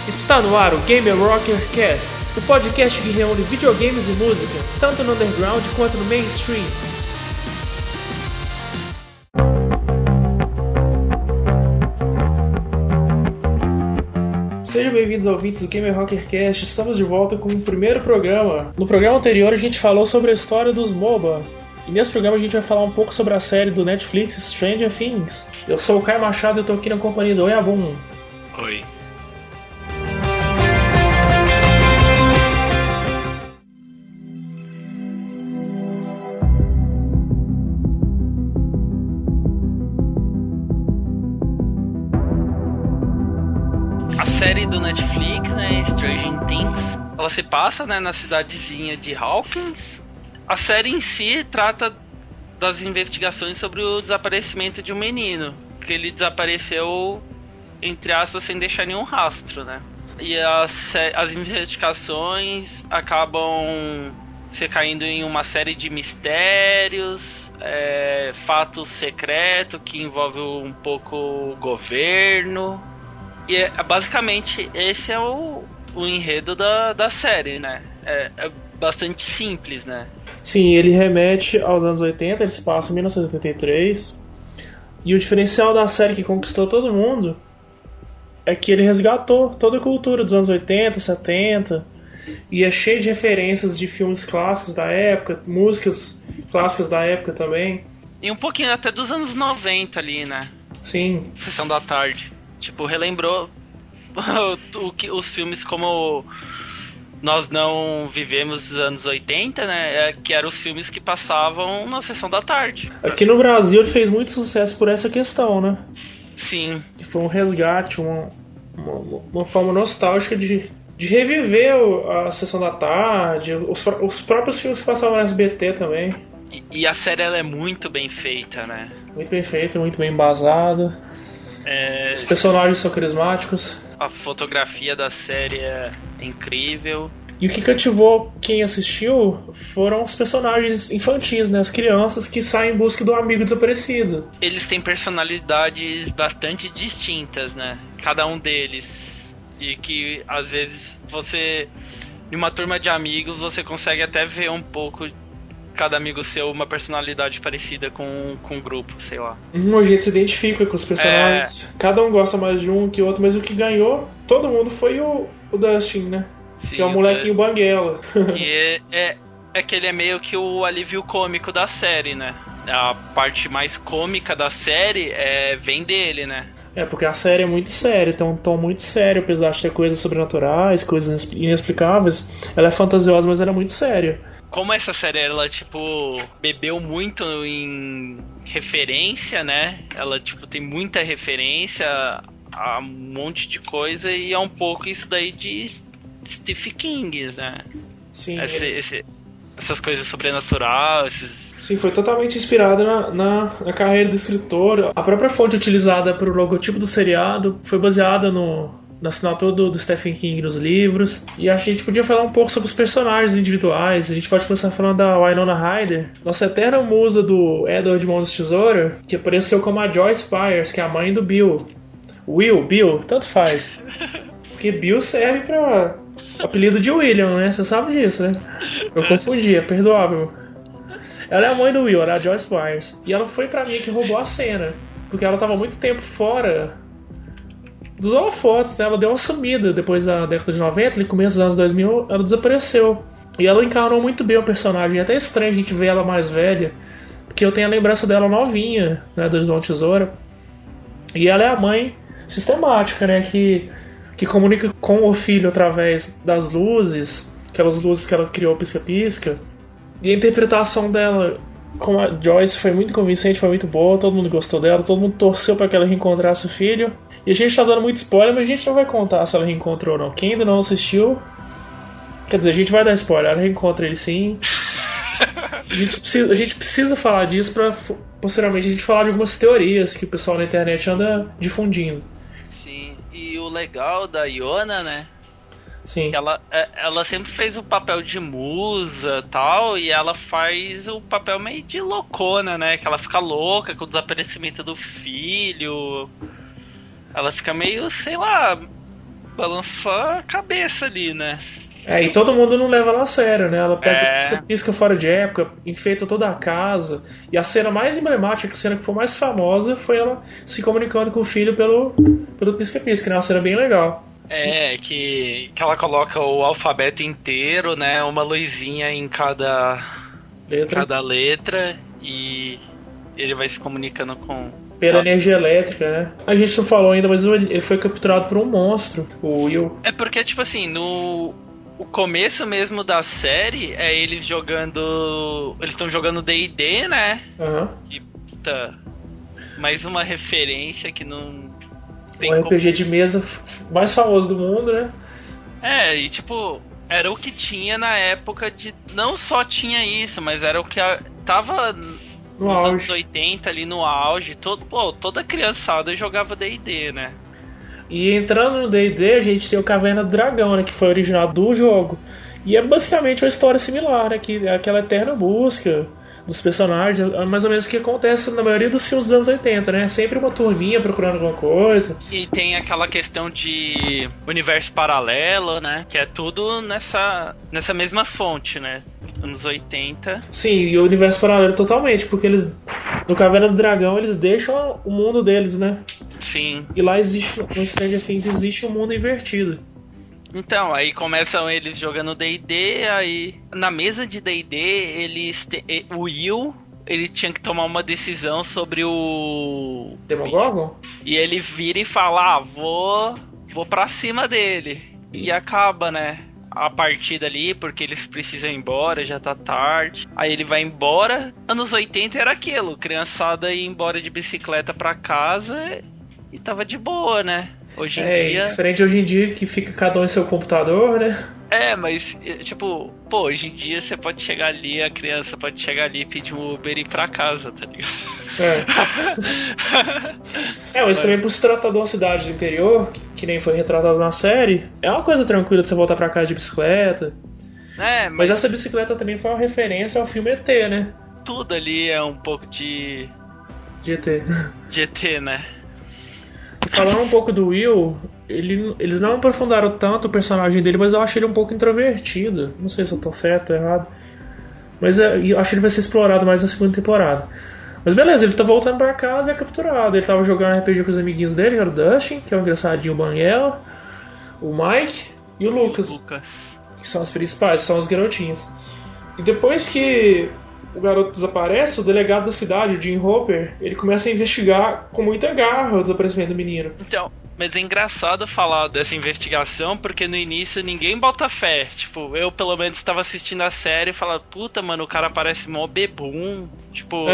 Está no ar o Gamer Rocker Cast, o podcast que reúne videogames e música, tanto no underground quanto no mainstream. Sejam bem-vindos, ouvintes do Gamer Rocker Cast. Estamos de volta com o primeiro programa. No programa anterior a gente falou sobre a história dos MOBA. E nesse programa a gente vai falar um pouco sobre a série do Netflix Stranger Things. Eu sou o Caio Machado e eu tô aqui na companhia do Oyabum. Oi. A série do Netflix, né, Stranger Things, ela se passa, né, na cidadezinha de Hawkins. A série em si trata das investigações sobre o desaparecimento de um menino, que ele desapareceu, entre aspas, sem deixar nenhum rastro, né? E as investigações acabam se caindo em uma série de mistérios, fatos secretos que envolvem um pouco o governo. E basicamente esse é o enredo da série, né? É bastante simples, né? Sim, ele remete aos anos 80, ele se passa em 1983. E o diferencial da série que conquistou todo mundo é que ele resgatou toda a cultura dos anos 80, 70. E é cheio de referências de filmes clássicos da época, músicas clássicas da época também. E um pouquinho até dos anos 90 ali, né? Sim. Sessão da tarde. Tipo, relembrou os filmes como Nós Não Vivemos os anos 80, né? Que eram os filmes que passavam na sessão da tarde. Aqui no Brasil ele fez muito sucesso por essa questão, né? Sim. Que foi um resgate, uma forma nostálgica de reviver a sessão da tarde, os próprios filmes que passavam na SBT também. E a série ela é muito bem feita, né? Muito bem feita, muito bem embasada. Os personagens são carismáticos. A fotografia da série é incrível. E o que cativou quem assistiu foram os personagens infantis, né? As crianças que saem em busca do amigo desaparecido. Eles têm personalidades bastante distintas, né? Cada um deles. E que às vezes você, em uma turma de amigos, você consegue até ver um pouco cada amigo ser uma personalidade parecida com o grupo, sei lá. A gente se identifica com os personagens. Cada um gosta mais de um que o outro, mas o que ganhou, todo mundo foi o Dustin, né? Sim, que é o molequinho banguela. E que ele é meio que o alívio cômico da série, né? A parte mais cômica da série vem dele, né? Porque a série é muito séria, tem um tom muito sério, apesar de ter coisas sobrenaturais, coisas inexplicáveis. Ela é fantasiosa, mas ela é muito séria. Como essa série, ela, tipo, bebeu muito em referência, né? Ela, tipo, tem muita referência a um monte de coisa e é um pouco isso daí de Stephen King, né? Sim. Essas coisas sobrenaturais, Sim, foi totalmente inspirada na carreira do escritor. A própria fonte utilizada para o logotipo do seriado foi baseada na assinatura do Stephen King nos livros. E acho que a gente podia falar um pouco sobre os personagens individuais. A gente pode começar falando da Winona Ryder, nossa eterna musa do Edward Mãos de Tesoura, que apareceu como a Joyce Byers, que é a mãe do Bill. Bill, tanto faz. Porque Bill serve para apelido de William, né? Você sabe disso, né? Eu confundi, é perdoável. Ela é a mãe do Will, ela é a Joyce Byers. E ela foi pra mim que roubou a cena, porque ela tava muito tempo fora dos holofotes, né? Ela deu uma sumida depois da década de 90, no começo dos anos 2000, ela desapareceu. E ela encarnou muito bem o personagem. É até estranho a gente ver ela mais velha, porque eu tenho a lembrança dela novinha, né, do João Tesoura. E ela é a mãe sistemática, né, que comunica com o filho através das luzes, aquelas luzes que ela criou pisca-pisca. E a interpretação dela com a Joyce foi muito convincente, foi muito boa, todo mundo gostou dela, todo mundo torceu para que ela reencontrasse o filho. E a gente tá dando muito spoiler, mas a gente não vai contar se ela reencontrou ou não. Quem ainda não assistiu, quer dizer, a gente vai dar spoiler, ela reencontra ele sim. A gente precisa falar disso pra posteriormente a gente falar de algumas teorias que o pessoal na internet anda difundindo. Sim, e o legal da Iona, né? Sim. Ela sempre fez o papel de musa e tal, e ela faz o papel meio de loucona, né? Que ela fica louca com o desaparecimento do filho. Ela fica meio, sei lá, balança a cabeça ali, né? E todo mundo não leva ela a sério, né? Ela pega pisca fora de época, enfeita toda a casa. E a cena mais emblemática, a cena que foi mais famosa, foi ela se comunicando com o filho pelo pisca-pisca, né? Uma cena bem legal. Que ela coloca o alfabeto inteiro, né? Uma luzinha em cada letra e ele vai se comunicando com... Pela energia elétrica, né? A gente não falou ainda, mas ele foi capturado por um monstro, o Will. Porque, tipo assim, o começo mesmo da série é eles jogando... Eles estão jogando D&D, né? Que, puta, mais uma referência que não... O RPG de mesa mais famoso do mundo, né? E tipo, era o que tinha na época de... Não só tinha isso, mas era o que tava nos anos 80 ali no auge. Toda criançada jogava D&D, né? E entrando no D&D, a gente tem o Caverna do Dragão, né? Que foi original do jogo. E é basicamente uma história similar, né? Que é aquela eterna busca dos personagens, é mais ou menos o que acontece na maioria dos filmes dos anos 80, né? Sempre uma turminha procurando alguma coisa. E tem aquela questão de universo paralelo, né? Que é tudo nessa mesma fonte, né? Anos 80. Sim, e o universo paralelo totalmente, porque eles, no Caverna do Dragão, eles deixam o mundo deles, né? Sim. E lá existe, no Stranger Things, existe um mundo invertido. Então, aí começam eles jogando D&D, aí na mesa de D&D, o Will, ele tinha que tomar uma decisão sobre o... Demogorgon? E ele vira e fala, vou pra cima dele. E acaba, né, a partida ali, porque eles precisam ir embora, já tá tarde. Aí ele vai embora. Anos 80 era aquilo, criançada ia embora de bicicleta pra casa e tava de boa, né? Hoje em dia... diferente hoje em dia, que fica cada um em seu computador, né? Mas, tipo, hoje em dia você pode chegar ali, a criança pode chegar ali e pedir um Uber e ir pra casa, tá ligado? Mas também por se tratar de uma cidade do interior, que nem foi retratado na série, é uma coisa tranquila de você voltar pra casa de bicicleta. Mas essa bicicleta também foi uma referência ao filme ET, né? Tudo ali é um pouco de ET. De ET, né? Falando um pouco do Will, eles não aprofundaram tanto o personagem dele, mas eu acho ele um pouco introvertido. Não sei se eu tô certo ou errado. Mas eu acho que ele vai ser explorado mais na segunda temporada. Mas beleza, ele tá voltando pra casa e é capturado. Ele tava jogando RPG com os amiguinhos dele, que era o Dustin, que é o engraçadinho, o Banguela, o Mike e o Lucas. Que são os principais, são os garotinhos. E depois que o garoto desaparece, o delegado da cidade, o Jim Hopper, ele começa a investigar com muita garra o desaparecimento do menino. Então, mas é engraçado falar dessa investigação, porque no início ninguém bota fé. Tipo, eu pelo menos estava assistindo a série e falava, puta, mano, o cara parece mó bebum. Tipo,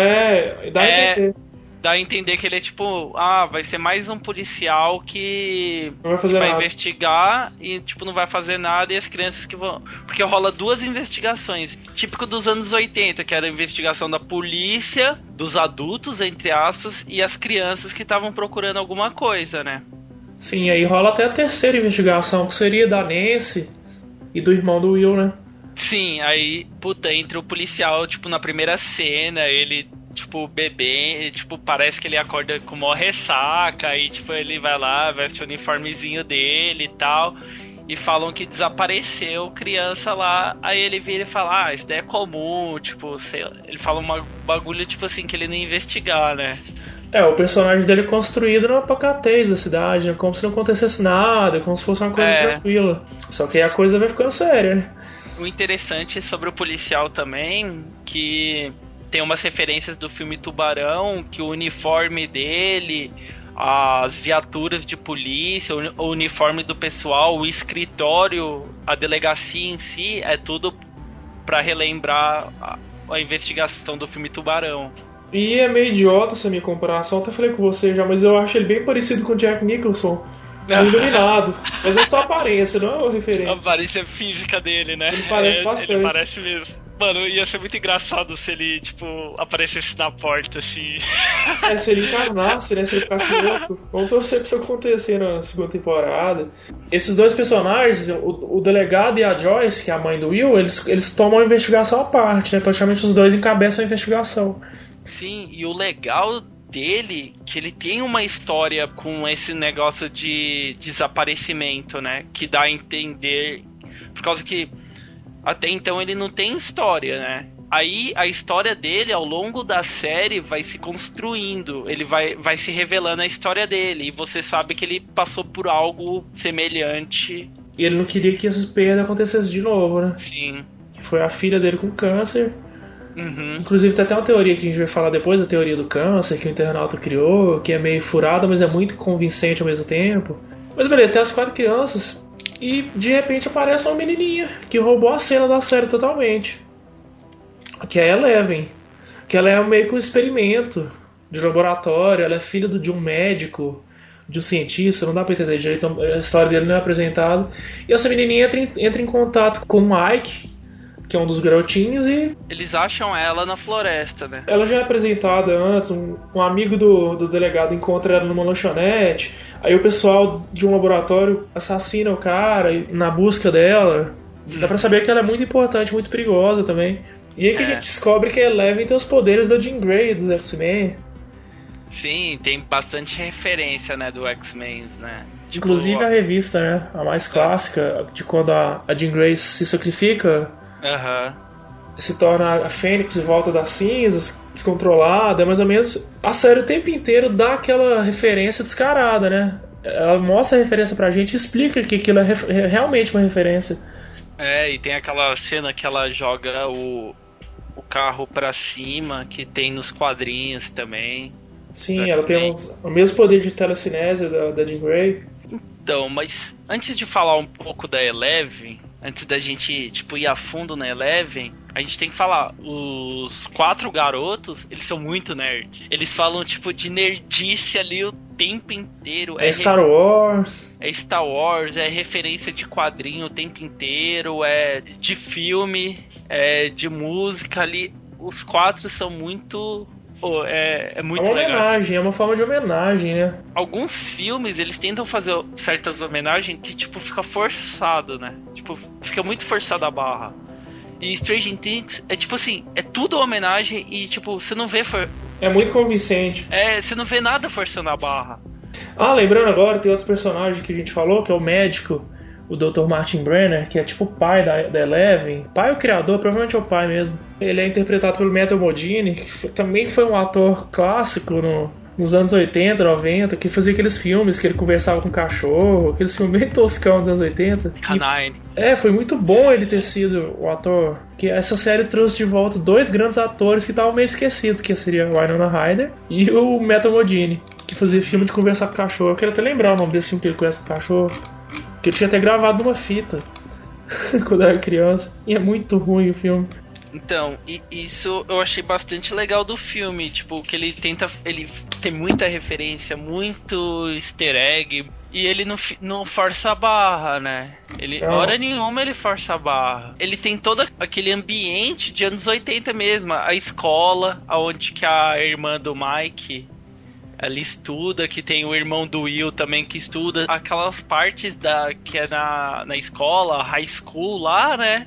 dá a entender que ele é tipo, vai ser mais um policial que vai investigar e tipo não vai fazer nada, e as crianças que vão... Porque rola duas investigações, típico dos anos 80, que era a investigação da polícia, dos adultos, entre aspas, e as crianças que estavam procurando alguma coisa, né? Sim, aí rola até a terceira investigação, que seria da Nancy e do irmão do Will, né? Sim, aí, puta, entra o policial, tipo, na primeira cena, ele... tipo, bebê, tipo, parece que ele acorda com uma ressaca, e tipo, ele vai lá, veste o uniformezinho dele e tal, e falam que desapareceu criança lá, aí ele vira e fala, isso daí é comum, tipo, sei lá, ele fala um bagulho, tipo assim, que ele não ia investigar, né? O personagem dele é construído na pacatez da cidade, né? Como se não acontecesse nada, como se fosse uma coisa tranquila. Só que aí a coisa vai ficando séria, né? O interessante sobre o policial também, que tem umas referências do filme Tubarão, que o uniforme dele, as viaturas de polícia, o uniforme do pessoal, o escritório, a delegacia em si, é tudo pra relembrar a investigação do filme Tubarão. E é meio idiota essa minha comparação, até falei com você já, mas eu acho ele bem parecido com o Jack Nicholson. Iluminado. Mas é só a aparência, não é uma referência. A aparência física dele, né? Ele parece bastante. Ele parece mesmo. Mano, ia ser muito engraçado se ele, tipo, aparecesse na porta, assim. Se ele encarnasse, né? Se ele ficasse louco. Vamos torcer pra isso acontecer na segunda temporada. Esses dois personagens, o delegado e a Joyce, que é a mãe do Will, eles tomam a investigação à parte, né? Praticamente os dois encabeçam a investigação. Sim, e o legal dele, que ele tem uma história com esse negócio de desaparecimento, né? Que dá a entender, por causa que até então ele não tem história, né? Aí a história dele ao longo da série vai se construindo, ele vai se revelando a história dele, e você sabe que ele passou por algo semelhante. E ele não queria que essas perdas acontecessem de novo, né? Sim. Que foi a filha dele com câncer. Uhum. Inclusive tem até uma teoria que a gente vai falar depois, a teoria do câncer, que o internauta criou, que é meio furada, mas é muito convincente ao mesmo tempo. Mas beleza, tem as 4 crianças, e de repente aparece uma menininha que roubou a cena da série totalmente. Que é a Eleven, que ela é meio que um experimento de laboratório, ela é filha de um médico, de um cientista, não dá pra entender direito, a história dele não é apresentada. E essa menininha entra em contato com o Mike, que é um dos garotinhos, e eles acham ela na floresta, né? Ela já é apresentada antes, um amigo do delegado encontra ela numa lanchonete, aí o pessoal de um laboratório assassina o cara na busca dela. Dá pra saber que ela é muito importante, muito perigosa também. E aí que a gente descobre que a Eleven tem os poderes da Jean Grey, dos X-Men. Sim, tem bastante referência, né, do X-Men, né? Inclusive a revista, né, a mais clássica, de quando a Jean Grey se sacrifica, se torna a Fênix e volta das cinzas, descontrolada, mais ou menos. A série o tempo inteiro dá aquela referência descarada, né? Ela mostra a referência pra gente e explica que aquilo é realmente uma referência. E tem aquela cena que ela joga o carro pra cima, que tem nos quadrinhos também. Sim, ela tem o mesmo poder de telecinese da Jean Grey. Então, mas antes de falar um pouco da Eleven, antes da gente ir a fundo na Eleven, a gente tem que falar, os 4 garotos, eles são muito nerds. Eles falam, de nerdice ali o tempo inteiro. É Star Wars. É Star Wars, é referência de quadrinho o tempo inteiro, é de filme, é de música ali. Os 4 são muito... é muito legal. É uma homenagem, é uma forma de homenagem, né? Alguns filmes, eles tentam fazer certas homenagens que, fica forçado, né? Fica muito forçada a barra. E Stranger Things é é tudo homenagem e, você não vê... É muito convincente. Você não vê nada forçando a barra. Lembrando agora, tem outro personagem que a gente falou, que é o médico, o Dr. Martin Brenner, que é o pai da Eleven. Pai ou criador, provavelmente é o pai mesmo. Ele é interpretado pelo Matthew Modine, que também foi um ator clássico nos anos 80, 90, que fazia aqueles filmes que ele conversava com o cachorro, aqueles filmes bem toscão dos anos 80. Canine. Foi muito bom ele ter sido o ator, que essa série trouxe de volta 2 grandes atores que estavam meio esquecidos, que seria o Winona Ryder e o Matthew Modine, que fazia filme de conversar com o cachorro. Eu quero até lembrar o nome desse filme que ele conversa com o cachorro, que eu tinha até gravado numa fita quando eu era criança, e é muito ruim o filme. Então, isso eu achei bastante legal do filme, que ele tem muita referência, muito easter egg, e ele não força a barra, né? Hora nenhuma ele força a barra. Ele tem todo aquele ambiente de anos 80 mesmo, a escola, onde que a irmã do Mike... ela estuda, que tem o irmão do Will também que estuda, aquelas partes que é na escola, high school lá, né?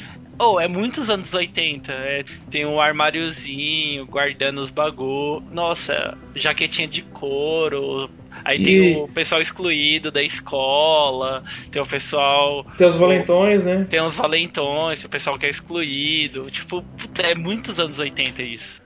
É muitos anos 80, tem um armáriozinho guardando os bagulho, nossa, jaquetinha de couro, aí tem o pessoal excluído da escola, tem o pessoal... Tem os valentões, né? Tem os valentões, o pessoal que é excluído, é muitos anos 80 isso.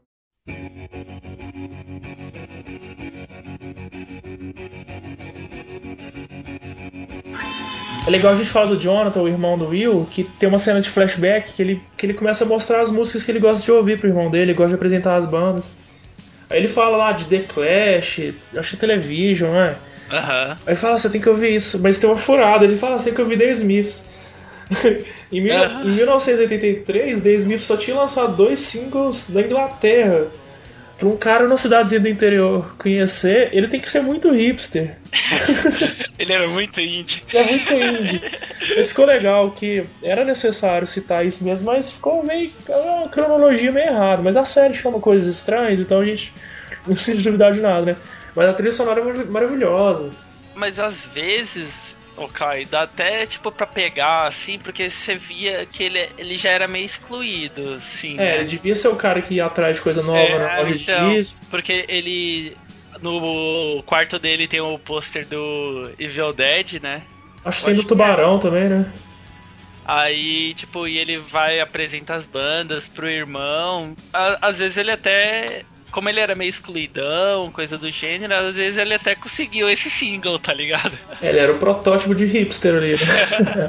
É legal a gente falar do Jonathan, o irmão do Will, que tem uma cena de flashback que ele começa a mostrar as músicas que ele gosta de ouvir pro irmão dele, ele gosta de apresentar as bandas. Aí ele fala lá de The Clash, acho que Television, né? Aí ele fala, você tem que ouvir isso, mas tem uma furada, ele fala, você tem que ouvir The Smiths. Em 1983, The Smiths só tinha lançado 2 singles da Inglaterra. Pra um cara numa cidadezinha do interior conhecer, ele tem que ser muito hipster. Ele era muito indie. É muito indie. Mas ficou legal que era necessário citar isso mesmo, mas ficou meio uma cronologia meio errada. Mas a série chama coisas estranhas, então a gente não precisa duvidar de nada, né? Mas a trilha sonora é maravilhosa. Mas às vezes O Kai, dá até, tipo, pra pegar, assim, porque você via que ele já era meio excluído, assim, né? Ele devia ser o cara que ia atrás de coisa nova na loja de disco. Porque ele... No quarto dele tem o pôster do Evil Dead, né? Acho que tem do Tubarão também, né? Aí, tipo, e ele vai apresentar as bandas pro irmão. Às vezes ele até... Como ele era meio excluidão, coisa do gênero, às vezes ele até conseguiu esse single, tá ligado? Ele era o protótipo de hipster ali, né?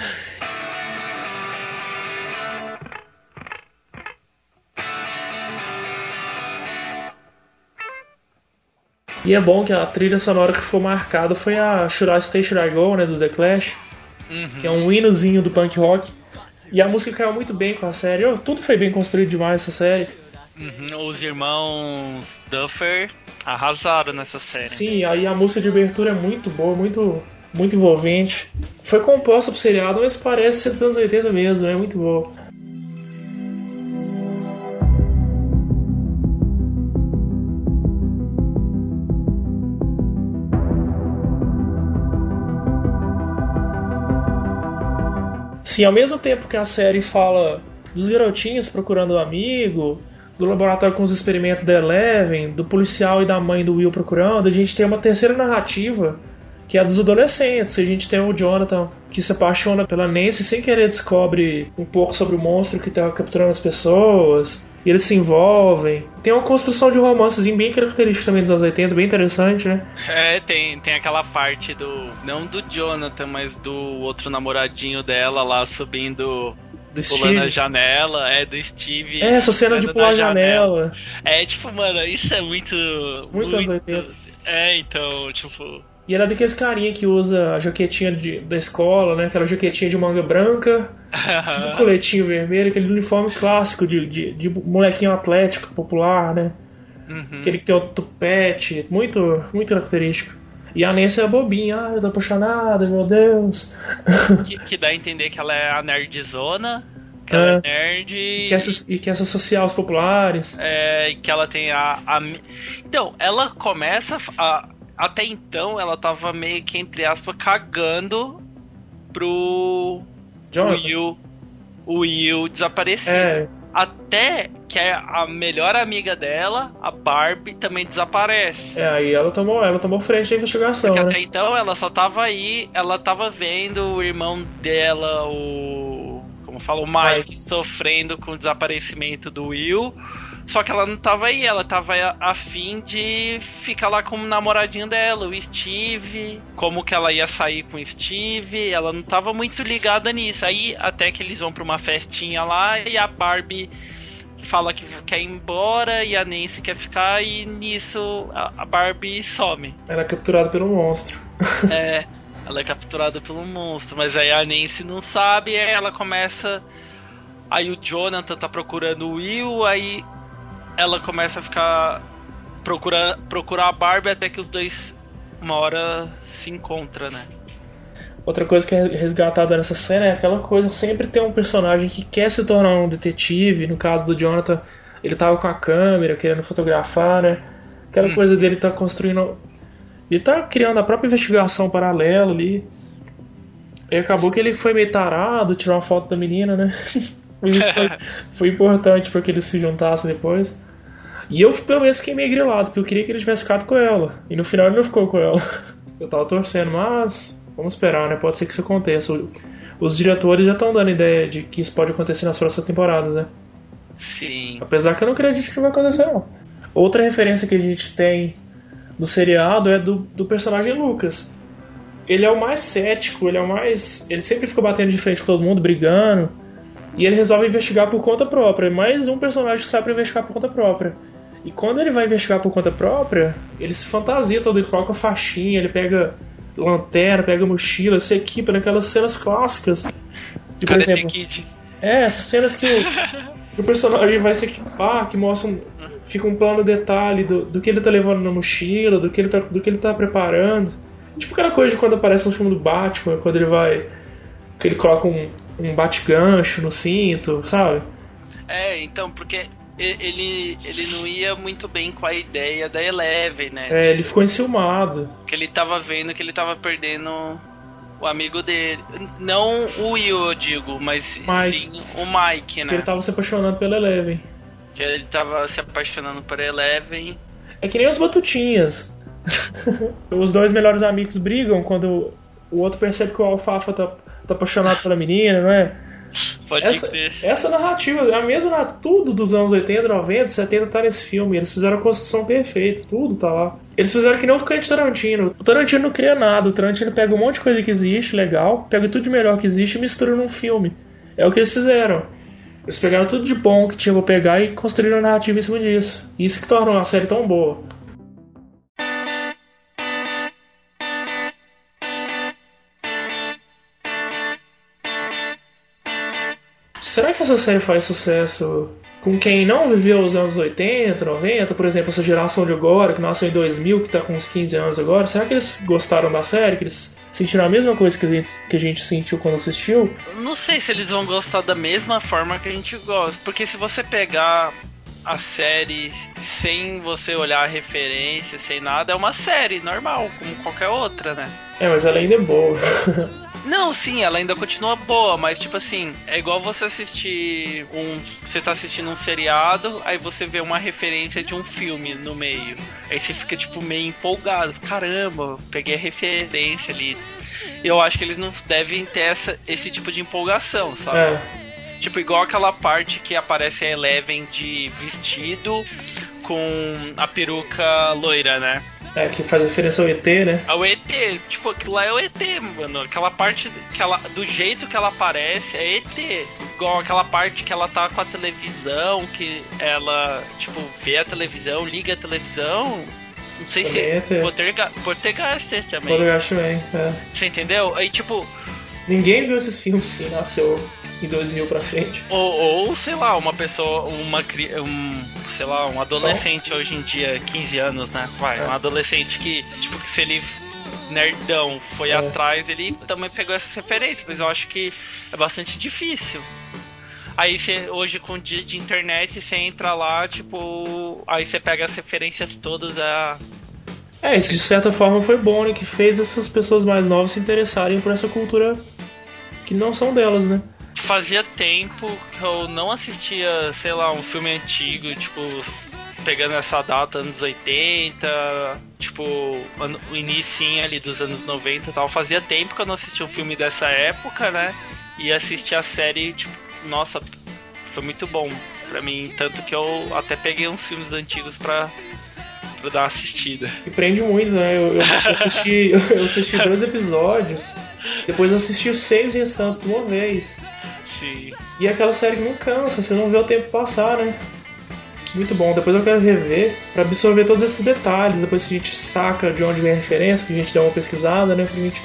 E é bom que a trilha sonora que ficou marcada foi a Should I Stay, Should I Go, né, do The Clash, que é um hinozinho do punk rock. E a música caiu muito bem com a série. Tudo foi bem construído demais essa série. Os irmãos Duffer arrasaram nessa série. Sim, aí a música de abertura é muito boa, muito envolvente. Foi composta pro seriado, mas parece ser dos anos 80 mesmo, é muito boa. Sim, ao mesmo tempo que a série fala dos garotinhos procurando um amigo, do laboratório com os experimentos da Eleven, do policial e da mãe do Will procurando, a gente tem uma terceira narrativa, que é a dos adolescentes. A gente tem o Jonathan, que se apaixona pela Nancy e sem querer descobre um pouco sobre o monstro que está capturando as pessoas, e eles se envolvem. Tem uma construção de romancezinho bem característica também dos anos 80, bem interessante, né? Tem aquela parte não do Jonathan, mas do outro namoradinho dela lá subindo... Pulando a janela, do Steve. Essa cena de pular a janela. Tipo, mano, isso é muito anos 80. Então, tipo... E era daqueles carinha que usa a jaquetinha da escola, né? Aquela jaquetinha de manga branca, tipo um coletinho vermelho, aquele uniforme clássico de molequinho atlético, popular, né? Aquele que tem o tupete, muito característico. E a Nancy é a bobinha, eu tô apaixonada, meu Deus. Que dá a entender que ela é a nerdzona, que ela é nerd... E que quer se associar aos populares. E que ela tem Então, ela começa até então, ela tava meio que, entre aspas, cagando pro Jonathan. O Will desaparecido. Até que a melhor amiga dela, a Barbie, também desaparece. Aí ela tomou frente à investigação. Porque né? até então ela só tava aí, ela tava vendo o irmão dela, o Mike, sofrendo com o desaparecimento do Will. Só que ela não tava aí, ela tava a fim de ficar lá com o namoradinho dela, o Steve, como que ela ia sair com o Steve, ela não tava muito ligada nisso. Aí até que eles vão pra uma festinha lá e a Barbie fala que quer ir embora e a Nancy quer ficar, e nisso a Barbie some. Ela é capturada pelo monstro. Ela é capturada pelo monstro, mas aí a Nancy não sabe, aí ela começa... Aí o Jonathan tá procurando o Will, aí ela começa a ficar procurar a Barbie até que os dois uma hora se encontram, né? Outra coisa que é resgatada nessa cena é aquela coisa, sempre tem um personagem que quer se tornar um detetive. No caso do Jonathan, ele tava com a câmera, querendo fotografar, né? Aquela coisa dele tá construindo... Ele tá criando a própria investigação paralela ali. E acabou que ele foi meio tarado, tirou uma foto da menina, né? Mas isso foi importante para que eles se juntassem depois. E eu, pelo menos, fiquei meio grilado, porque eu queria que ele tivesse ficado com ela. E no final ele não ficou com ela. Eu tava torcendo, mas vamos esperar, né? Pode ser que isso aconteça. Os diretores já estão dando ideia de que isso pode acontecer nas próximas temporadas, né? Sim. Apesar que eu não acredito que não vai acontecer, não. Outra referência que a gente tem do seriado é do personagem Lucas. Ele é o mais cético, ele sempre fica batendo de frente com todo mundo, brigando. E ele resolve investigar por conta própria. Mais um personagem que sai pra investigar por conta própria. E quando ele vai investigar por conta própria, ele se fantasia todo, ele coloca faixinha, ele pega lanterna, pega mochila, se equipa naquelas cenas clássicas. De, por exemplo, Kid? Essas cenas que o personagem vai se equipar, que mostram, fica um plano detalhe do que ele tá levando na mochila, do que ele tá preparando. Tipo aquela coisa de quando aparece no filme do Batman, quando que ele coloca um bate-gancho no cinto, sabe? Então, porque ele não ia muito bem com a ideia da Eleven, né? Ele ficou enciumado. Porque ele tava vendo que ele tava perdendo O amigo dele. Não o Will, eu digo, mas Mike. sim o Mike, né? Ele tava se apaixonando pela Eleven. Que ele tava se apaixonando por Eleven. É que nem os Batutinhas. Os dois melhores amigos brigam quando o outro percebe que o Alfafa tá apaixonado pela menina, não é? Pode ser. Essa narrativa, a mesma tudo dos anos 80, 90, 70 tá nesse filme. Eles fizeram a construção perfeita, tudo tá lá. Eles fizeram que nem o Quentin Tarantino. O Tarantino não cria nada, o Tarantino pega um monte de coisa que existe, legal, pega tudo de melhor que existe e mistura num filme. É o que eles fizeram. Eles pegaram tudo de bom que tinha pra pegar e construíram a narrativa em cima disso. Isso que torna uma série tão boa. Será que essa série faz sucesso com quem não viveu os anos 80, 90? Por exemplo, essa geração de agora, que nasceu em 2000, que tá com uns 15 anos agora. Será que eles gostaram da série? Que eles sentiram a mesma coisa que a gente sentiu quando assistiu? Não sei se eles vão gostar da mesma forma que a gente gosta. Porque se você pegar a série sem você olhar a referência, sem nada, é uma série normal, como qualquer outra, né? É, mas ela ainda é boa. Não, sim, ela ainda continua boa, mas tipo assim, é igual você assistir você tá assistindo um seriado, aí você vê uma referência de um filme no meio. Aí você fica tipo meio empolgado. Caramba, peguei a referência ali. Eu acho que eles não devem ter esse tipo de empolgação, sabe? É. Tipo, igual aquela parte que aparece a Eleven de vestido com a peruca loira, né? É, que faz referência ao ET, né? O ET, tipo, aquilo lá é o ET, mano. Aquela parte, do jeito que ela aparece, é ET. Igual aquela parte que ela tá com a televisão, que ela, tipo, vê a televisão, liga a televisão. Não sei também se... Poltergeist também. Poltergeist também, é. Você entendeu? Aí, tipo... Ninguém viu esses filmes que nasceu em 2000 pra frente. Ou sei lá, uma pessoa, sei lá, um adolescente hoje em dia, 15 anos, né? Um adolescente que, tipo, que se ele nerdão foi atrás, ele também pegou essas referências, mas eu acho que é bastante difícil. Aí você, hoje com o dia de internet, você entra lá, tipo, aí você pega as referências todas isso de certa forma foi bom, né? Que fez essas pessoas mais novas se interessarem por essa cultura que não são delas, né? Fazia tempo que eu não assistia, sei lá, um filme antigo, tipo, pegando essa data, anos 80, tipo, o inicinho ali dos anos 90 e tal. Fazia tempo que eu não assistia um filme dessa época, né? E assisti a série, tipo, nossa, foi muito bom pra mim. Tanto que eu até peguei uns filmes antigos pra dar uma assistida. E prende muito, né? Eu assisti 2 episódios, depois eu assisti os 6 restantes de uma vez. Sim. E é aquela série que não cansa, você não vê o tempo passar, né? Muito bom. Depois eu quero rever pra absorver todos esses detalhes. Depois que a gente saca de onde vem a referência, que a gente dá uma pesquisada, né? Pra gente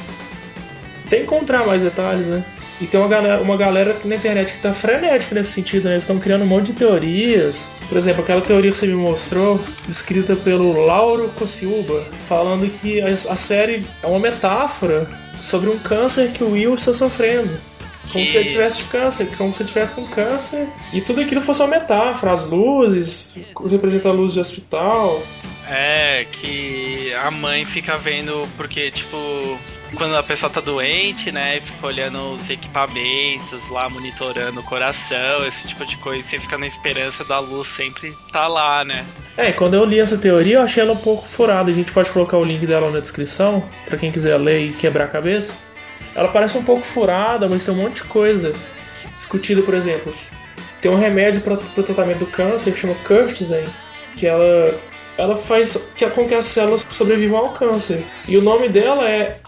até encontrar mais detalhes, né? E tem uma galera na internet que tá frenética nesse sentido, né? Eles estão criando um monte de teorias. Por exemplo, aquela teoria que você me mostrou, escrita pelo Lauro Cociuba, falando que a série é uma metáfora sobre um câncer que o Will está sofrendo. Como se ele tivesse câncer, como se ele estivesse com câncer. E tudo aquilo fosse uma metáfora. As luzes, representa a luz de hospital. É, que a mãe fica vendo, porque, tipo, quando a pessoa tá doente, né, fica olhando os equipamentos lá, monitorando o coração, esse tipo de coisa, e você fica na esperança da luz sempre tá lá, né. Quando eu li essa teoria, eu achei ela um pouco furada. A gente pode colocar o link dela na descrição, pra quem quiser ler e quebrar a cabeça. Ela parece um pouco furada, mas tem um monte de coisa discutida. Por exemplo, tem um remédio para o tratamento do câncer que chama Curtizen, que ela faz com que as células sobrevivam ao câncer. E o nome dela é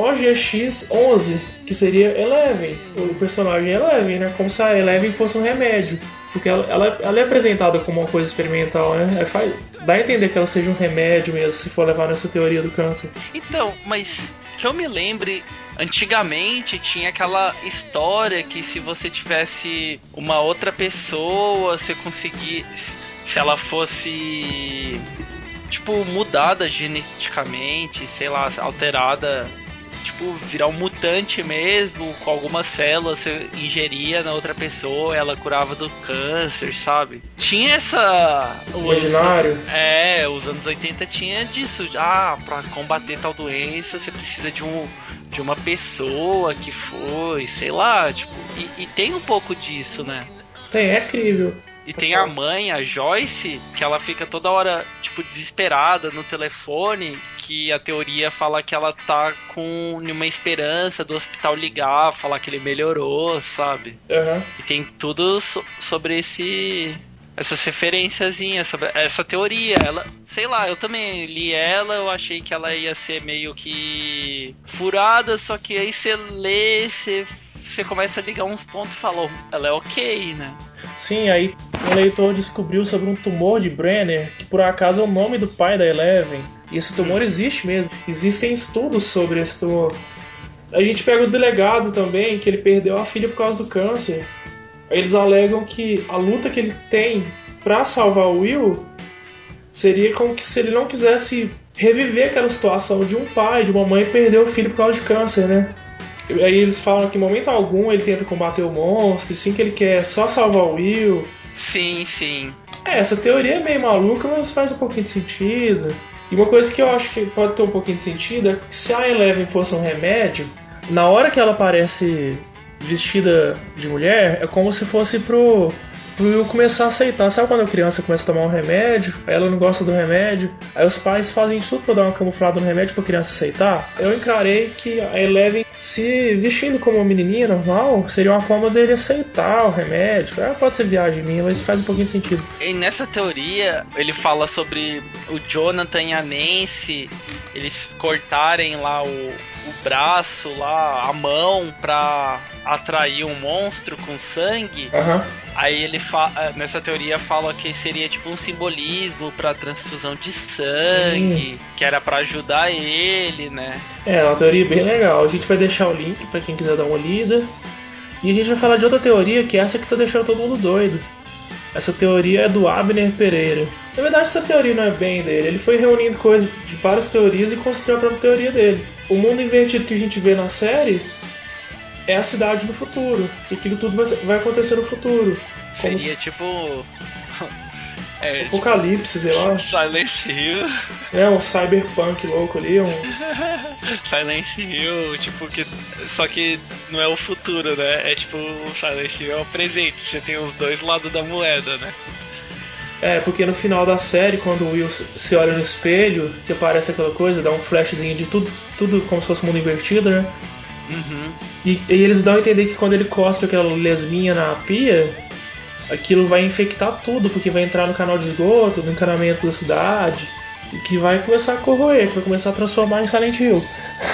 OGX11, que seria Eleven. O personagem é Eleven, né? Como se a Eleven fosse um remédio. Porque ela é apresentada como uma coisa experimental, né? Dá a entender que ela seja um remédio mesmo, se for levar nessa teoria do câncer. Então, mas que eu me lembre, antigamente tinha aquela história que se você tivesse uma outra pessoa, você conseguia, se ela fosse, tipo, mudada geneticamente, sei lá, alterada, tipo, virar um mutante mesmo, com algumas células você ingeria na outra pessoa, ela curava do câncer, sabe? Tinha essa... Imaginário. Os anos 80 tinha disso. Pra combater tal doença, você precisa de de uma pessoa que foi, sei lá, tipo, e tem um pouco disso, né? É incrível. E tem a mãe, a Joyce, que ela fica toda hora, tipo, desesperada no telefone, que a teoria fala que ela tá com uma esperança do hospital ligar, falar que ele melhorou, sabe? Uhum. E tem tudo sobre essas referenciazinhas, essa teoria. Ela, sei lá, eu também li ela, eu achei que ela ia ser meio que furada, só que aí você lê, você começa a ligar uns pontos e fala, ela é ok, né? Sim, aí um leitor descobriu sobre um tumor de Brenner, que por acaso é o nome do pai da Eleven. E esse tumor existe mesmo. Existem estudos sobre esse tumor. A gente pega o delegado também, que ele perdeu a filha por causa do câncer. Aí eles alegam que a luta que ele tem pra salvar o Will seria como que se ele não quisesse reviver aquela situação de um pai, de uma mãe perder o filho por causa de câncer, né? Aí eles falam que em momento algum ele tenta combater o monstro, sim, que ele quer só salvar o Will. Sim, sim. Essa teoria é meio maluca, mas faz um pouquinho de sentido. E uma coisa que eu acho que pode ter um pouquinho de sentido é que se a Eleven fosse um remédio, na hora que ela aparece vestida de mulher, é como se fosse pro Will começar a aceitar. Sabe quando a criança começa a tomar um remédio, aí ela não gosta do remédio, aí os pais fazem tudo pra dar uma camuflada no remédio pra criança aceitar? Eu encarei que a Eleven se vestindo como uma menininha normal seria uma forma dele aceitar o remédio. Pode ser viagem minha, mas faz um pouquinho de sentido. E nessa teoria, ele fala sobre o Jonathan e a Nancy, eles cortarem lá o braço, lá, a mão pra atrair um monstro com sangue. Uhum. Aí ele nessa teoria fala que seria tipo um simbolismo pra transfusão de sangue, sim, que era pra ajudar ele, né? É uma teoria bem legal. A gente vai deixar o link pra quem quiser dar uma lida. E a gente vai falar de outra teoria, que é essa que tá deixando todo mundo doido. Essa teoria é do Abner Pereira. Na verdade, essa teoria não é bem dele. Ele foi reunindo coisas de várias teorias e construiu a própria teoria dele. O mundo invertido que a gente vê na série é a cidade no futuro. Que aquilo tudo vai acontecer no futuro. Seria tipo... Apocalipse, sei lá. Silent Hill. É, um cyberpunk louco ali, Silent Hill, tipo, só que não é o futuro, né? É tipo, o Silent Hill é o presente, você tem os dois lados da moeda, né? É, porque no final da série, quando o Will se olha no espelho, que aparece aquela coisa, dá um flashzinho de tudo como se fosse mundo invertido, né? Uhum. E eles dão a entender que quando ele cospe aquela lesminha na pia, aquilo vai infectar tudo, porque vai entrar no canal de esgoto, no encanamento da cidade, e que vai começar a corroer, que vai começar a transformar em Silent Hill.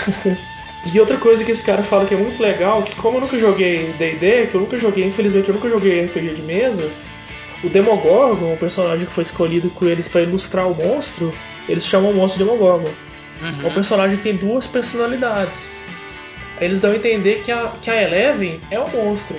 E outra coisa que esse cara fala que é muito legal, que como eu nunca joguei D&D, infelizmente eu nunca joguei RPG de mesa, o Demogorgon, o personagem que foi escolhido com eles para ilustrar o monstro, eles chamam o monstro de Demogorgon. Uhum. É um personagem que tem duas personalidades. Aí eles dão a entender que a Eleven é o monstro.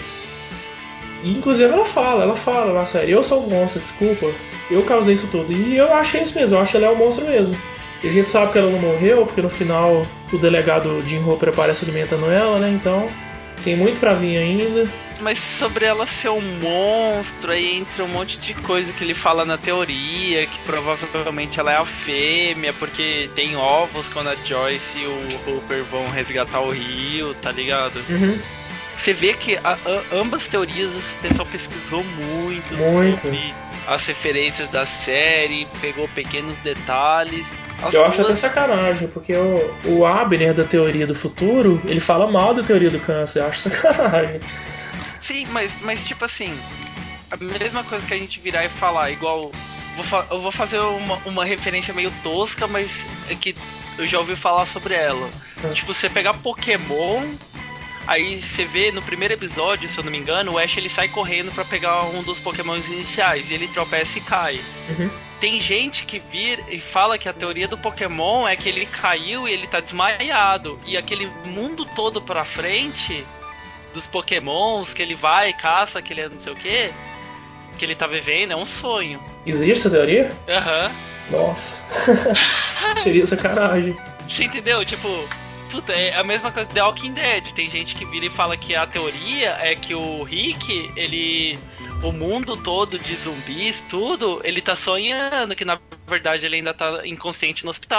E inclusive ela fala na série, eu sou o monstro, desculpa, eu causei isso tudo. E eu achei isso mesmo, eu acho que ela é o monstro mesmo. E a gente sabe que ela não morreu, porque no final o delegado Jim Hopper aparece alimentando ela, né? Então tem muito pra vir ainda. Mas sobre ela ser um monstro, aí entra um monte de coisa que ele fala na teoria, que provavelmente ela é a fêmea, porque tem ovos quando a Joyce e o Hopper vão resgatar o Rio, tá ligado? Uhum. Você vê que ambas teorias o pessoal pesquisou muito sobre as referências da série, pegou pequenos detalhes. Eu acho até sacanagem, porque o Abner da teoria do futuro, ele fala mal da teoria do câncer, eu acho sacanagem. Sim, mas tipo assim, a mesma coisa que a gente virar e falar, igual... Eu vou fazer uma referência meio tosca, mas é que eu já ouvi falar sobre ela. Tipo, você pegar Pokémon... Aí você vê no primeiro episódio, se eu não me engano, o Ash ele sai correndo pra pegar um dos Pokémons iniciais e ele tropeça e cai. Uhum. Tem gente que vira e fala que a teoria do Pokémon é que ele caiu e ele tá desmaiado. E aquele mundo todo pra frente dos Pokémons, que ele vai, caça, que ele é não sei o que ele tá vivendo, é um sonho. Existe essa teoria? Aham. Nossa. Seria sacanagem. Você entendeu? Tipo... Puta, é a mesma coisa de The Walking Dead. Tem gente que vira e fala que a teoria é que o Rick, o mundo todo de zumbis, tudo, ele tá sonhando, que na verdade ele ainda tá inconsciente no hospital.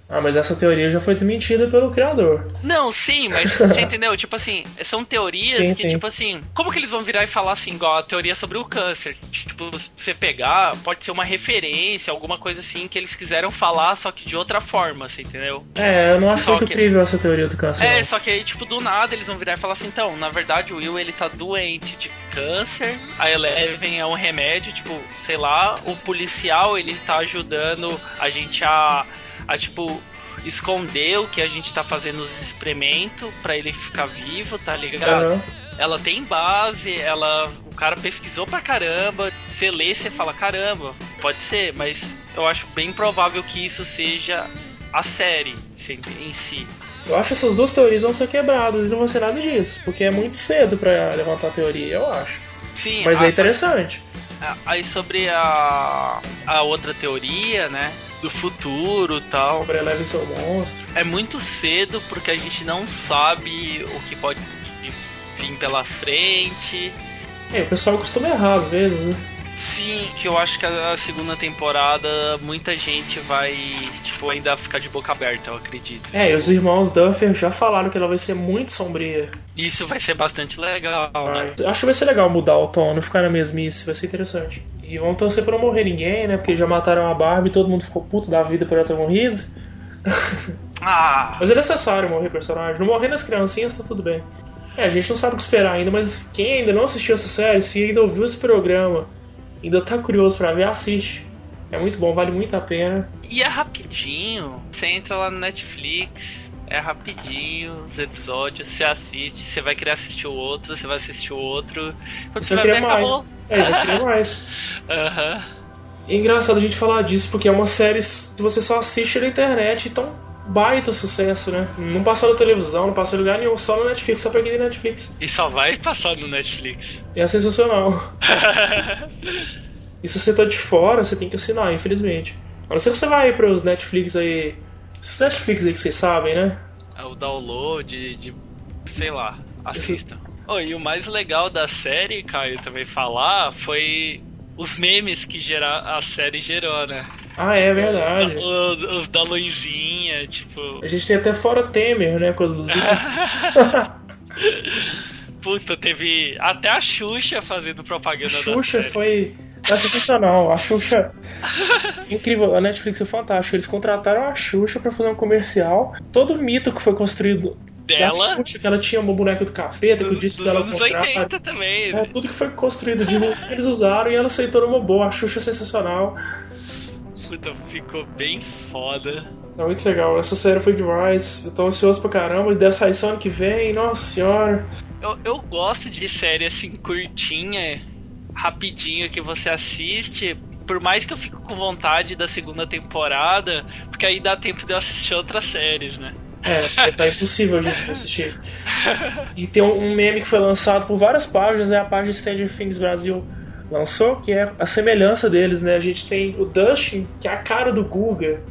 Ah, mas essa teoria já foi desmentida pelo criador. Não, sim, mas você entendeu? Tipo assim, são teorias Sim, que, sim. tipo assim, como que eles vão virar e falar assim, igual a teoria sobre o câncer? Tipo, você pegar, pode ser uma referência, alguma coisa assim que eles quiseram falar, só que de outra forma, você entendeu? É, eu não acho Só muito que- crível essa teoria do câncer. É, não. só que aí, tipo, do nada eles vão virar e falar assim, então, na verdade o Will, ele tá doente de câncer, a Eleven é um remédio, tipo, sei lá, o policial, ele tá ajudando a gente a tipo, esconder o que a gente tá fazendo os experimentos pra ele ficar vivo, tá ligado? Aham. Ela tem base, o cara pesquisou pra caramba, você lê, você fala, caramba, pode ser, mas eu acho bem provável que isso seja a série em si. Eu acho que essas duas teorias vão ser quebradas e não vai ser nada disso, porque é muito cedo pra levantar a teoria, eu acho. Sim, Mas é interessante. aí sobre a outra teoria, né, do futuro e tal, Sobre Eleven seu monstro. é muito cedo porque a gente não sabe o que pode vir pela frente. É, o pessoal costuma errar às vezes, né? Sim, que eu acho que a segunda temporada muita gente vai, tipo, ainda ficar de boca aberta, eu acredito. É, e os irmãos Duffer já falaram que ela vai ser muito sombria. Isso vai ser bastante legal, né? Acho que vai ser legal mudar o tom, não ficar na mesmice, vai ser interessante. E vão torcer pra não morrer ninguém, né? Porque já mataram a Barbie e todo mundo ficou puto da vida por ela ter morrido. Ah, Mas é necessário morrer personagem. Não morrer nas criancinhas tá tudo bem. É, a gente não sabe o que esperar ainda, mas quem ainda não assistiu essa série, se ainda ouviu esse programa, ainda tá curioso pra ver, assiste. É muito bom, vale muito a pena. e é rapidinho. Você entra lá no Netflix, é rapidinho os episódios, você assiste, você vai querer assistir o outro, você vai assistir o outro. Quando Você você vai vai querer ver, mais. acabou. Vai querer mais. Aham. É engraçado a gente falar disso, porque é uma série que você só assiste na internet, então baita sucesso, né? Não passou na televisão, não passou em lugar nenhum, só no Netflix, só pra quem tem Netflix. E só vai passar no Netflix. E é sensacional. E se você tá de fora, você tem que assinar, infelizmente. A não ser que você vai pros Netflix aí. Esses Netflix aí que vocês sabem, né? O download de sei lá, assista. Oh, e o mais legal da série, Caio, também falar, foi os memes que a série gerou, né? Ah, é verdade. Os da luzinha, tipo. A gente tem até fora Temer, né? Com as luzinhas. Puta, teve até a Xuxa fazendo propaganda da Xuxa série. foi sensacional. A Xuxa. Incrível, a Netflix é fantástica. Eles contrataram a Xuxa pra fazer um comercial. Todo o mito que foi construído Dela. da Xuxa, que ela tinha uma boneca do capeta, que o disco Dos dela anos 80 também. É, tudo que foi construído de novo, eles usaram e ela aceitou numa boa. A Xuxa é sensacional. Puta, ficou bem foda. É muito legal. Essa série foi demais. Eu tô ansioso pra caramba. Deve sair só ano que vem. Nossa senhora. Eu gosto de série assim, curtinha, rapidinho, que você assiste. Por mais que eu fique com vontade da segunda temporada, porque aí dá tempo de eu assistir outras séries, né? Tá impossível a gente assistir. E tem um meme que foi lançado por várias páginas, né? A página Stranger Things Brasil lançou, que é a semelhança deles, né? A gente tem o Dustin, que é a cara do Guga.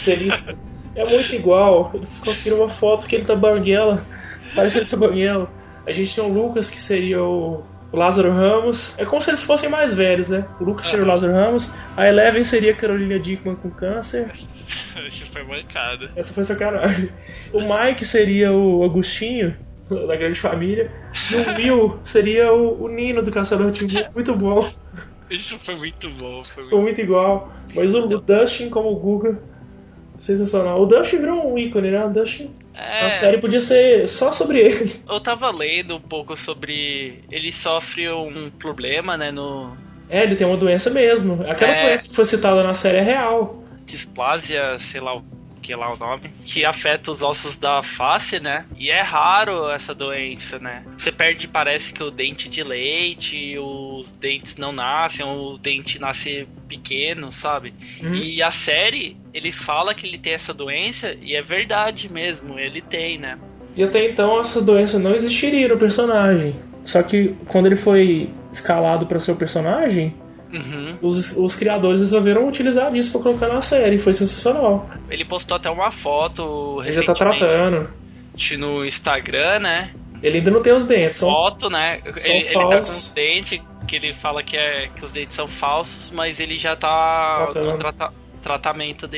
É muito igual. Eles conseguiram uma foto que ele tá banguela. Parece que ele tá banguela. A gente tem o Lucas, que seria o Lázaro Ramos. É como se eles fossem mais velhos, né? O Lucas seria o Lázaro Ramos. A Eleven seria a Carolina Dickman com câncer. Isso foi mancada. Essa foi sacanagem. O Mike seria o Agostinho, da Grande Família. E o Will seria o Nino do Caçador Timbu. Muito bom. Isso foi muito bom. Ficou muito igual. Mas o Dustin como o Guga, sensacional. O Dustin virou um ícone, né? O Dustin... A série podia ser só sobre ele. Eu tava lendo um pouco sobre... Ele sofre um problema, né, Ele tem uma doença mesmo. Aquela doença que foi citada na série é real. Displasia, sei lá o que lá o nome, que afeta os ossos da face, né? E é raro essa doença, né? Você perde, parece que o dente de leite, os dentes não nascem, o dente nasce pequeno, sabe? E a série, ele fala que ele tem essa doença e é verdade mesmo, ele tem, né? E até então essa doença não existiria no personagem. Só que quando ele foi escalado para ser o personagem, os criadores resolveram utilizar disso pra colocar na série. Foi sensacional. Ele postou até uma foto Ele já tá recentemente tratando no Instagram, né? Ele ainda não tem os dentes. Foto, né? Ele tá com os falsos. dentes, que ele fala que os dentes são falsos, mas ele já tá no tratamento dele.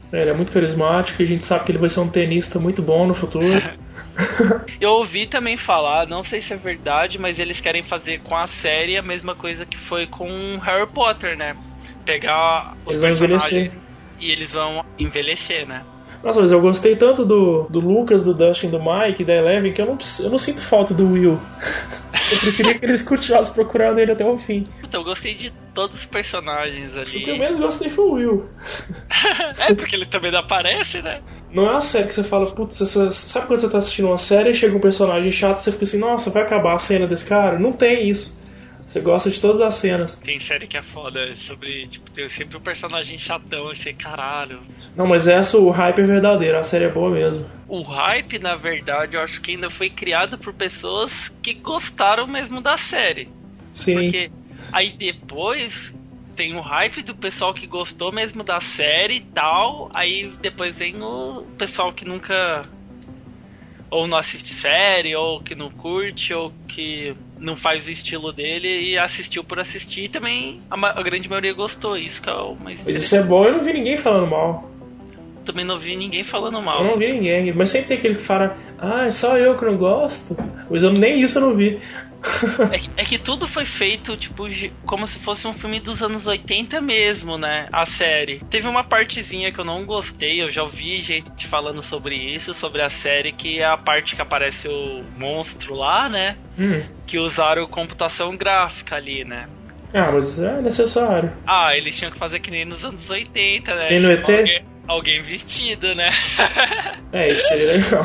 Ele é muito carismático e a gente sabe que ele vai ser um tenista muito bom no futuro. Eu ouvi também falar, não sei se é verdade, mas eles querem fazer com a série a mesma coisa que foi com Harry Potter, né? Pegar os personagens e eles vão envelhecer, né? Nossa, mas eu gostei tanto do Lucas, do Dustin, do Mike, da Eleven, que eu não sinto falta do Will. Eu preferia que eles continuassem procurando ele até o fim. Puta, eu gostei de todos os personagens ali. O que eu menos gostei foi o Will. É, porque ele também não aparece, né? Não é uma série que você fala, putz, sabe quando você tá assistindo uma série e chega um personagem chato e você fica assim, nossa, vai acabar a cena desse cara? Não tem isso. Você gosta de todas as cenas. Tem série que é foda sobre, tipo, tem sempre um personagem chatão e você, caralho. Não, mas o hype é verdadeiro, a série é boa mesmo. O hype, na verdade, eu acho que ainda foi criado por pessoas que gostaram mesmo da série. Sim. Porque aí depois tem o hype do pessoal que gostou mesmo da série e tal, aí depois vem o pessoal que nunca... ou não assiste série, ou que não curte, ou que não faz o estilo dele e assistiu por assistir e também a grande maioria gostou. Isso que é o mais... Mas isso é bom, eu não vi ninguém falando mal. Também não vi ninguém falando mal. Eu não vi ninguém, mas sempre tem aquele que fala, é só eu que não gosto. Mas nem isso eu não vi. É que tudo foi feito, tipo, como se fosse um filme dos anos 80 mesmo, né? A série. Teve uma partezinha que eu não gostei, eu já ouvi gente falando sobre isso, sobre a série, que é a parte que aparece o monstro lá, né? Que usaram computação gráfica ali, né? Ah, mas é necessário. Ah, eles tinham que fazer que nem nos anos 80, né? Nem no ET? Alguém vestido, né? Isso seria legal.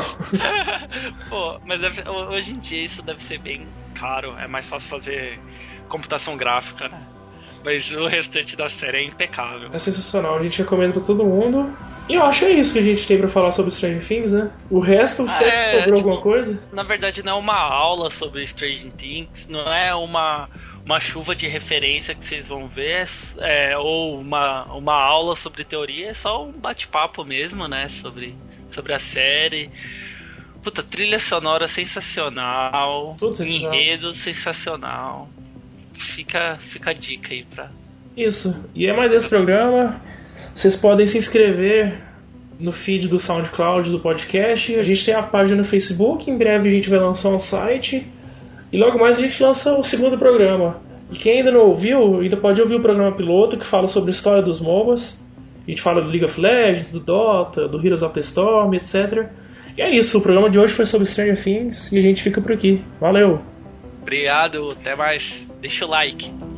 Pô, mas hoje em dia isso deve ser bem caro. É mais fácil fazer computação gráfica, né? Mas o restante da série é impecável. É sensacional, a gente recomenda pra todo mundo. E eu acho que é isso que a gente tem pra falar sobre Stranger Things, né? O resto, sempre sobrou alguma coisa? Na verdade não é uma aula sobre Stranger Things, não é uma chuva de referência que vocês vão ver, ou uma aula sobre teoria, é só um bate-papo mesmo, né, sobre a série. Puta, trilha sonora sensacional, enredo sensacional. Fica a dica aí pra... Isso, e é mais esse programa. Vocês podem se inscrever no feed do SoundCloud do podcast. A gente tem a página no Facebook, em breve a gente vai lançar um site. E logo mais a gente lança o segundo programa. E quem ainda não ouviu, ainda pode ouvir o programa piloto, que fala sobre a história dos MOBAs. A gente fala do League of Legends, do Dota, do Heroes of the Storm, etc. E é isso, o programa de hoje foi sobre Stranger Things e a gente fica por aqui. Valeu! Obrigado, até mais. Deixa o like.